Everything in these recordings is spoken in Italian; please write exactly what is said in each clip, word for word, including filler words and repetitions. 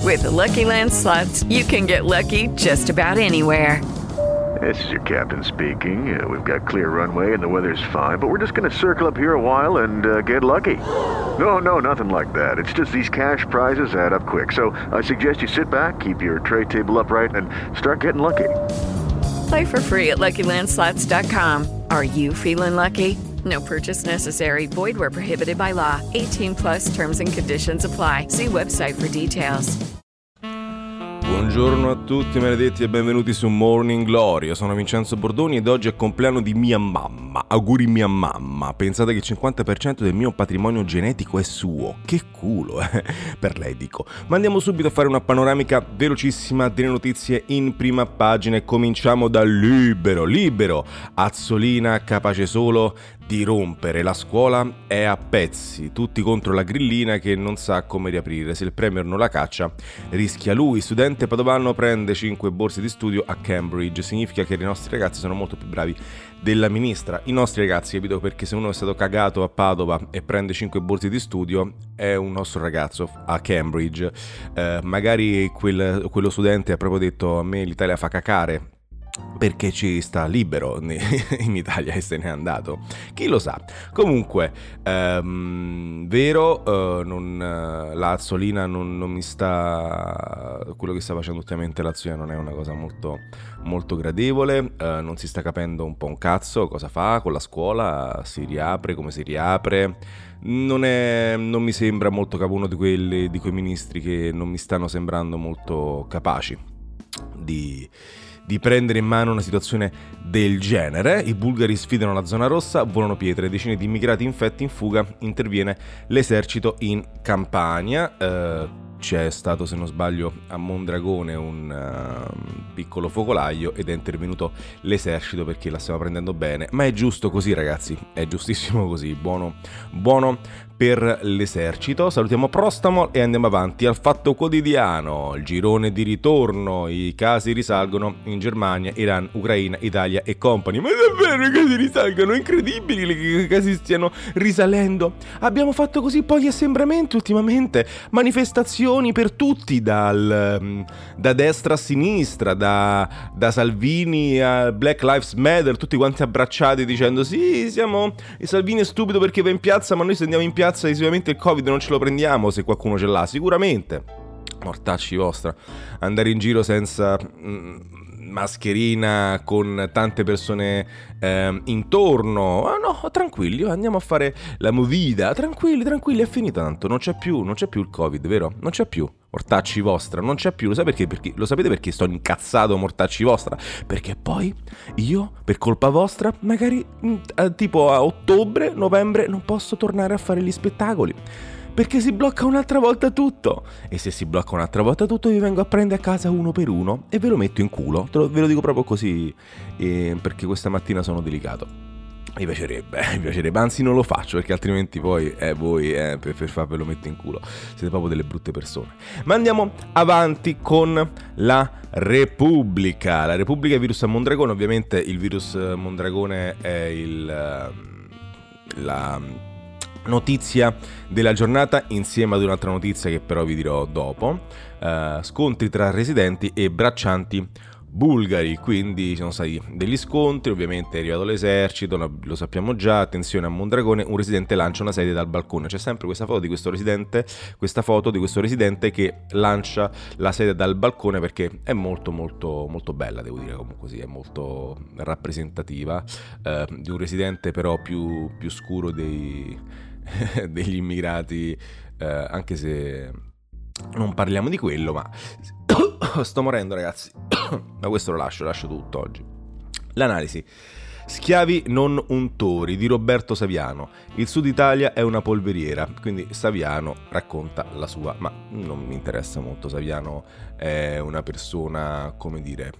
With the Lucky Land Slots, you can get lucky just about anywhere. This is your captain speaking. Uh, we've got clear runway and the weather's fine, but we're just going to circle up here a while and uh, get lucky. No, no, nothing like that. It's just these cash prizes add up quick. So I suggest you sit back, keep your tray table upright, and start getting lucky. Play for free at Lucky Land Slots dot com. Are you feeling lucky? No purchase necessary. Void where prohibited by law. eighteen plus terms and conditions apply. See website for details. Buongiorno a tutti maledetti e benvenuti su Morning Glory. Io sono Vincenzo Bordoni ed oggi è il compleanno di mia mamma. Auguri mia mamma. Pensate che il cinquanta per cento del mio patrimonio genetico è suo. Che culo, eh? Per lei dico. Ma andiamo subito a fare una panoramica velocissima delle notizie in prima pagina e cominciamo da Libero. Libero. Azzolina capace solo di rompere. La scuola è a pezzi. Tutti contro la grillina che non sa come riaprire. Se il premier non la caccia, rischia lui. Studente padovano prende cinque borse di studio a Cambridge. Significa che i nostri ragazzi sono molto più bravi della ministra. I nostri ragazzi, capito? Perché se uno è stato cagato a Padova e prende cinque borse di studio è un nostro ragazzo a Cambridge. Eh, magari quel, quello studente ha proprio detto: a me l'Italia fa cacare perché ci sta Libero in Italia e se n'è andato, chi lo sa. Comunque ehm, vero, eh, non, la Azzolina non, non mi sta, quello che sta facendo ultimamente l'Azzolina non è una cosa molto molto gradevole, eh, non si sta capendo un po' un cazzo cosa fa con la scuola, si riapre, come si riapre. Non, è, non mi sembra molto capo uno di, quelli, di quei ministri che non mi stanno sembrando molto capaci di di prendere in mano una situazione del genere. I bulgari sfidano la zona rossa, volano pietre, decine di immigrati infetti in fuga, interviene l'esercito in Campania. Eh, c'è stato, se non sbaglio, a Mondragone un uh, piccolo focolaio ed è intervenuto l'esercito perché la stiamo prendendo bene, ma è giusto così, ragazzi, è giustissimo così. Buono, buono per l'esercito. Salutiamo Prostamo e andiamo avanti al Fatto Quotidiano. Il girone di ritorno, i casi risalgono in Germania, Iran, Ucraina, Italia e compagni. Ma davvero i casi risalgono? È incredibile che i casi stiano risalendo. Abbiamo fatto così pochi assembramenti ultimamente, manifestazioni per tutti, dal, da destra a sinistra, da, da Salvini a Black Lives Matter, tutti quanti abbracciati dicendo sì, siamo, Salvini è stupido perché va in piazza, ma noi se andiamo in piazza sicuramente il Covid non ce lo prendiamo, se qualcuno ce l'ha, sicuramente. Mortacci vostra, andare in giro senza mm, mascherina con tante persone eh, intorno, ah, no, tranquilli, andiamo a fare la movida, tranquilli, tranquilli, è finita tanto, non c'è più, non c'è più il Covid, vero? Non c'è più. Mortacci vostra, non c'è più, lo sapete perché? perché? Lo sapete perché sto incazzato, mortacci vostra? Perché poi io, per colpa vostra, magari eh, tipo a ottobre, novembre non posso tornare a fare gli spettacoli. Perché si blocca un'altra volta tutto. E se si blocca un'altra volta tutto, vi vengo a prendere a casa uno per uno e ve lo metto in culo. Te lo, ve lo dico proprio così, eh, perché questa mattina sono delicato. Mi piacerebbe, mi piacerebbe, anzi non lo faccio perché altrimenti poi eh, voi eh, per, per farvelo mettere in culo siete proprio delle brutte persone. Ma andiamo avanti con la Repubblica. La Repubblica è il virus a Mondragone. Ovviamente il virus Mondragone è il la notizia della giornata insieme ad un'altra notizia che però vi dirò dopo. Uh, scontri tra residenti e braccianti bulgari, quindi ci sono stati degli scontri, ovviamente è arrivato l'esercito, lo sappiamo già. Attenzione, a Mondragone un residente lancia una sedia dal balcone. C'è sempre questa foto di questo residente, questa foto di questo residente che lancia la sedia dal balcone perché è molto molto molto bella, devo dire, comunque così, è molto rappresentativa eh, di un residente però più, più scuro dei, degli immigrati, eh, anche se non parliamo di quello, ma sto morendo, ragazzi. Ma questo lo lascio, lascio tutto oggi. L'analisi. Schiavi non untori di Roberto Saviano. Il Sud Italia è una polveriera. Quindi Saviano racconta la sua, ma non mi interessa molto. Saviano è una persona, come dire,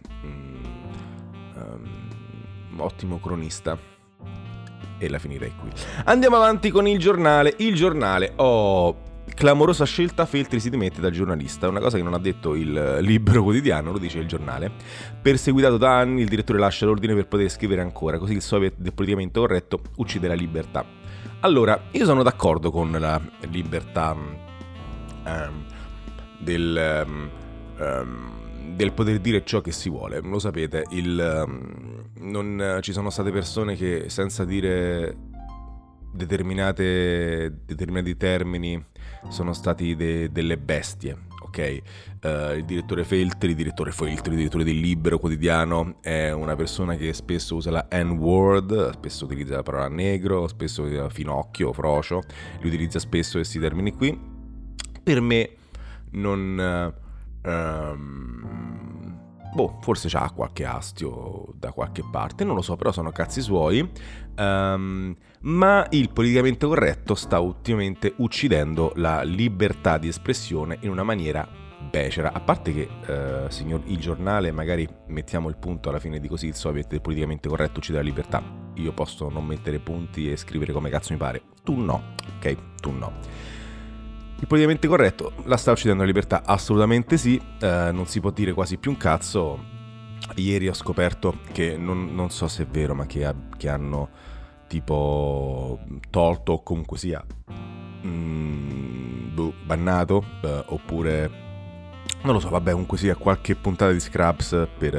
mm, um, ottimo cronista. E la finirei qui. Andiamo avanti con il giornale. Il giornale, oh, clamorosa scelta, Feltri si dimette dal giornalista. Una cosa che non ha detto il Libero Quotidiano, lo dice il giornale. Perseguitato da anni, il direttore lascia l'ordine per poter scrivere ancora, così il soviet del politicamente corretto uccide la libertà. Allora, io sono d'accordo con la libertà, ehm, del, um, um, del poter dire ciò che si vuole. Lo sapete, il, um, non, ci sono state persone che senza dire determinate, determinati termini sono stati de, delle bestie. Ok, uh, il direttore Feltri, direttore Feltri, direttore del Libero Quotidiano, è una persona che spesso usa la N-word, spesso utilizza la parola negro, spesso usa finocchio, frocio, li utilizza spesso questi termini qui. Per me non... Uh, um, boh, forse c'ha qualche astio da qualche parte, non lo so, però sono cazzi suoi. Um, ma il politicamente corretto sta ultimamente uccidendo la libertà di espressione in una maniera becera. A parte che, uh, signor Il Giornale, magari mettiamo il punto alla fine di così il soviet del politicamente corretto uccide la libertà. Io posso non mettere punti e scrivere come cazzo mi pare. Tu no, ok? Tu no. Il politicamente corretto la sta uccidendo la libertà? Assolutamente sì, uh, non si può dire quasi più un cazzo. Ieri ho scoperto che, non, non so se è vero, ma che, ha, che hanno tipo tolto o comunque sia mm, boh, bannato, eh, oppure non lo so, vabbè, comunque sia qualche puntata di Scrubs per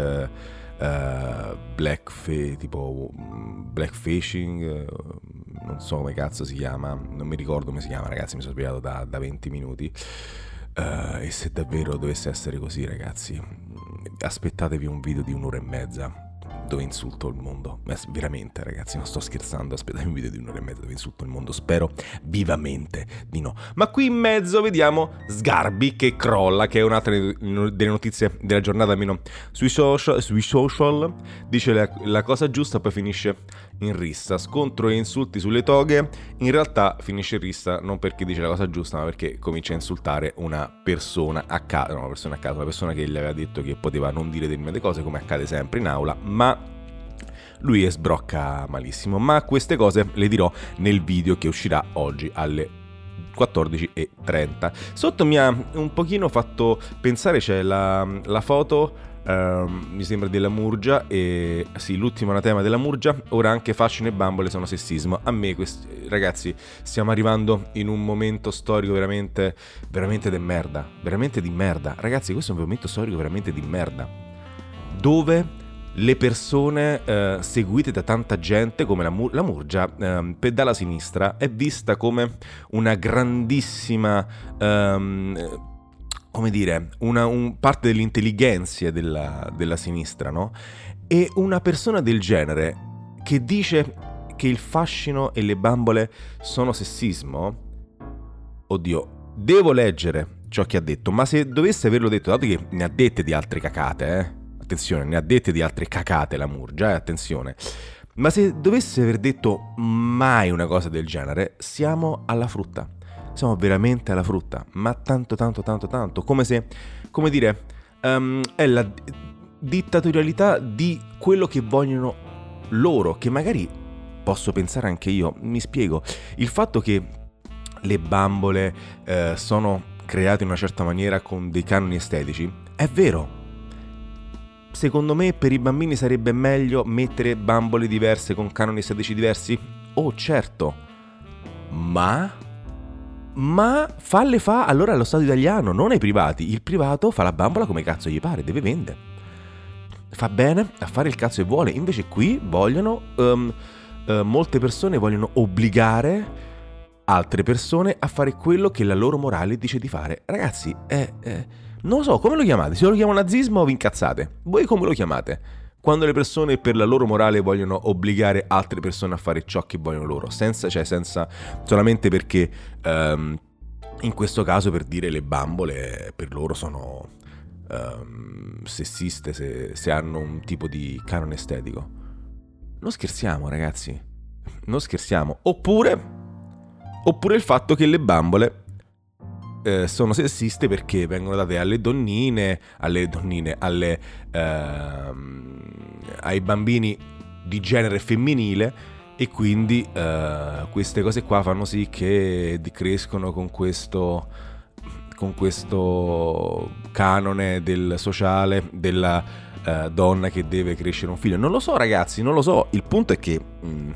eh, blackface, tipo blackfishing, eh, non so come cazzo si chiama, non mi ricordo come si chiama, ragazzi, mi sono svegliato da, da venti minuti. Uh, e se davvero dovesse essere così, ragazzi, aspettatevi un video di un'ora e mezza dove insulto il mondo. Veramente, ragazzi, non sto scherzando. Aspettatevi un video di un'ora e mezza dove insulto il mondo. Spero vivamente di no. Ma qui in mezzo vediamo Sgarbi che crolla, che è un'altra delle notizie della giornata, almeno sui social, sui social. Dice la, la cosa giusta, poi finisce in rissa. Scontro e insulti sulle toghe. In realtà finisce in rissa non perché dice la cosa giusta, ma perché comincia a insultare una persona a caso, no, una persona a caso, una persona che gli aveva detto che poteva non dire determinate cose, come accade sempre in aula, ma lui sbrocca malissimo. Ma queste cose le dirò nel video che uscirà oggi alle quattordici e trenta. Sotto mi ha un pochino fatto pensare, c'è la, la foto, Uh, mi sembra della Murgia, e sì, l'ultimo anatema della Murgia. Ora anche fascino e bambole sono sessismo. A me questi, ragazzi, stiamo arrivando in un momento storico veramente veramente di merda, veramente di merda, ragazzi. Questo è un momento storico veramente di merda, dove le persone uh, seguite da tanta gente, come la, Mur- la Murgia, uh, per dalla sinistra è vista come una grandissima um, come dire, una un parte dell'intelligenza della, della sinistra, no? E una persona del genere che dice che il fascino e le bambole sono sessismo, oddio, devo leggere ciò che ha detto, ma se dovesse averlo detto, dato che ne ha dette di altre cacate, eh? Attenzione, ne ha dette di altre cacate la Murgia, eh? Attenzione. Ma se dovesse aver detto mai una cosa del genere, siamo alla frutta. Siamo veramente alla frutta, ma tanto tanto tanto tanto, come se, come dire, um, è la dittatorialità di quello che vogliono loro, che magari posso pensare anche io. Mi spiego, il fatto che le bambole eh, sono create in una certa maniera con dei canoni estetici, è vero. Secondo me per i bambini sarebbe meglio mettere bambole diverse con canoni estetici diversi? Oh certo, ma... Ma falle fa allora allo Stato italiano, non ai privati. Il privato fa la bambola come cazzo gli pare, deve vendere. Fa bene a fare il cazzo che vuole. Invece qui vogliono, um, uh, molte persone vogliono obbligare altre persone a fare quello che la loro morale dice di fare. Ragazzi, eh, eh, non lo so, come lo chiamate? Se lo chiamo nazismo vi incazzate. Voi come lo chiamate? Quando le persone per la loro morale vogliono obbligare altre persone a fare ciò che vogliono loro, senza, cioè senza, solamente perché um, in questo caso, per dire, le bambole per loro sono um, sessiste se, se hanno un tipo di canone estetico. Non scherziamo, ragazzi, non scherziamo. Oppure, oppure il fatto che le bambole Eh, sono sessiste perché vengono date alle donnine, alle donnine, alle, ehm, ai bambini di genere femminile, e quindi eh, queste cose qua fanno sì che crescono con questo, con questo canone del sociale della eh, donna che deve crescere un figlio. Non lo so, ragazzi, non lo so. Il punto è che mh,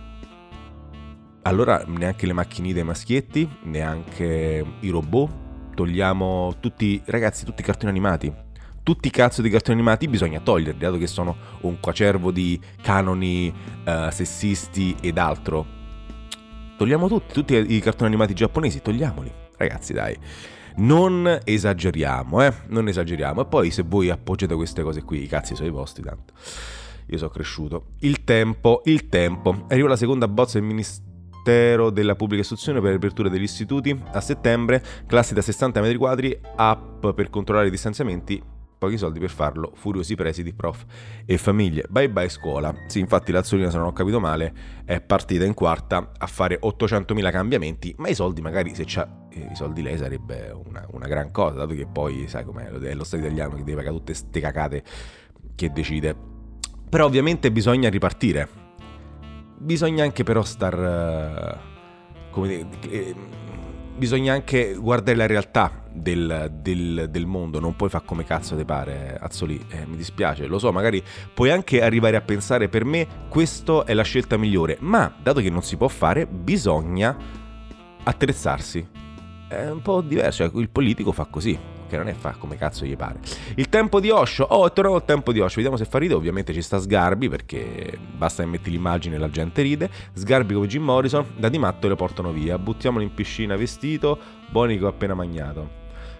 allora neanche le macchinine ai maschietti, neanche i robot togliamo tutti, ragazzi, tutti i cartoni animati. Tutti i cazzo di cartoni animati bisogna toglierli, dato che sono un coacervo di canoni uh, sessisti ed altro. Togliamo tutti, tutti i cartoni animati giapponesi, togliamoli. Ragazzi, dai, non esageriamo, eh, non esageriamo. E poi se voi appoggiate queste cose qui, i cazzi sono i vostri, tanto. Io sono cresciuto. Il tempo, il tempo. Arriva la seconda bozza del Ministero della Pubblica Istruzione per l'apertura degli istituti a settembre, classi da sessanta metri quadri, app per controllare i distanziamenti, pochi soldi per farlo, furiosi presidi, prof e famiglie. Bye bye scuola. Sì, infatti l'Azzolina, se non ho capito male, è partita in quarta a fare ottocentomila cambiamenti, ma i soldi, magari se c'ha eh, i soldi lei, sarebbe una, una gran cosa, dato che poi sai com'è, è lo Stato italiano che deve pagare tutte ste cacate che decide. Però ovviamente bisogna ripartire. Bisogna anche però star uh, come dire, eh, bisogna anche guardare la realtà del, del, del mondo, non puoi fare come cazzo ti pare, Azzoli, eh, mi dispiace, lo so, magari puoi anche arrivare a pensare per me questa è la scelta migliore, ma dato che non si può fare, bisogna attrezzarsi. È un po' diverso, cioè, il politico fa così, che non è fa come cazzo gli pare. Il tempo di Osho, oh, è tornato il tempo di Osho, vediamo se fa ride. Ovviamente ci sta Sgarbi, perché basta che metti l'immagine e la gente ride. Sgarbi come Jim Morrison, da di matto lo portano via, buttiamolo in piscina vestito, Bonico appena magnato.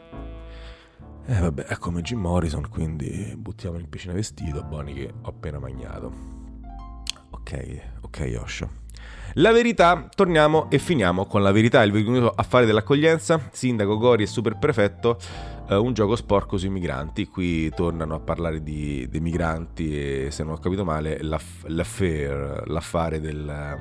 Eh vabbè, è come Jim Morrison, quindi buttiamolo in piscina vestito, Bonico ho appena magnato. Ok, ok Osho. La verità, torniamo e finiamo con la verità, il venuto affare dell'accoglienza, sindaco Gori e superprefetto, eh, un gioco sporco sui migranti. Qui tornano a parlare di, dei migranti e, se non ho capito male, l'aff- l'affaire, l'affare del,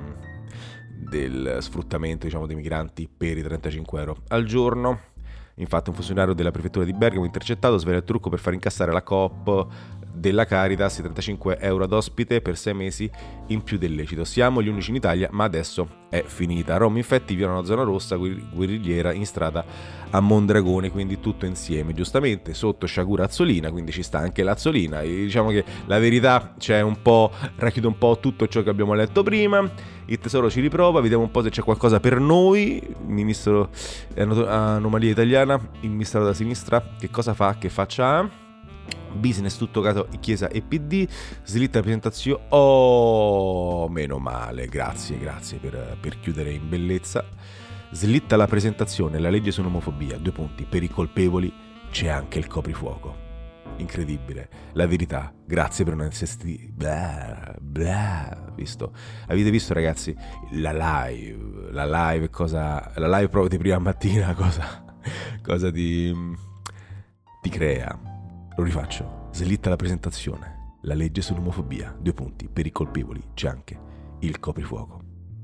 del sfruttamento, diciamo, dei migranti per i trentacinque euro al giorno. Infatti un funzionario della prefettura di Bergamo intercettato svela il trucco per far incassare la Coop della Caritas i trentacinque euro ad ospite per sei mesi in più del lecito. Siamo gli unici in Italia, ma adesso è finita. Roma infatti viola una zona rossa guerrigliera in strada a Mondragone, quindi tutto insieme. Giustamente sotto sciagura Azzolina, quindi ci sta anche l'Azzolina. E diciamo che la verità c'è un po', racchiude un po' tutto ciò che abbiamo letto prima. Il tesoro ci riprova, vediamo un po' se c'è qualcosa per noi. Il ministro Anomalia Italiana, il ministero della sinistra, che cosa fa? Che faccia ha? Business tutto caso Chiesa e P D, slitta la presentazione. Oh, meno male, grazie, grazie per, per chiudere in bellezza. Slitta la presentazione, la legge sull'omofobia, due punti, per i colpevoli c'è anche il coprifuoco. Incredibile, la verità, grazie per non essere bla bla, visto, avete visto ragazzi la live, la live cosa, la live proprio di prima mattina, cosa, cosa ti, ti crea. Lo rifaccio, slitta la presentazione, la legge sull'omofobia, due punti, per i colpevoli c'è anche il coprifuoco.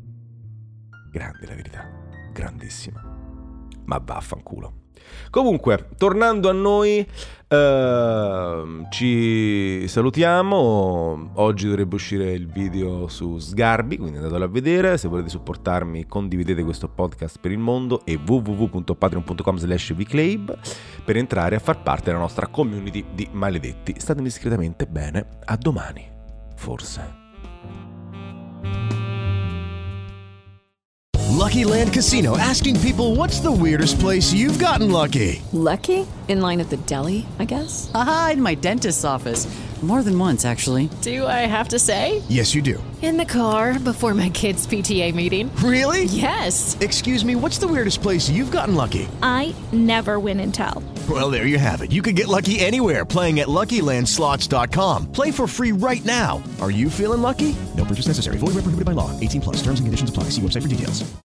Grande la verità, grandissima, ma vaffanculo. Comunque, tornando a noi, uh, ci salutiamo. Oggi dovrebbe uscire il video su Sgarbi, quindi andatelo a vedere. Se volete supportarmi, condividete questo podcast per il mondo e w w w punto patreon punto com slash vclave per entrare a far parte della nostra community di maledetti. State discretamente bene, a domani, forse. Lucky Land Casino, asking people, what's the weirdest place you've gotten lucky? Lucky? In line at the deli, I guess? Aha, in my dentist's office. More than once, actually. Do I have to say? Yes, you do. In the car before my kids' P T A meeting. Really? Yes. Excuse me, what's the weirdest place you've gotten lucky? I never win and tell. Well, there you have it. You can get lucky anywhere, playing at Lucky Land Slots dot com. Play for free right now. Are you feeling lucky? No purchase necessary. Void where prohibited by law. eighteen plus. Terms and conditions apply. See website for details.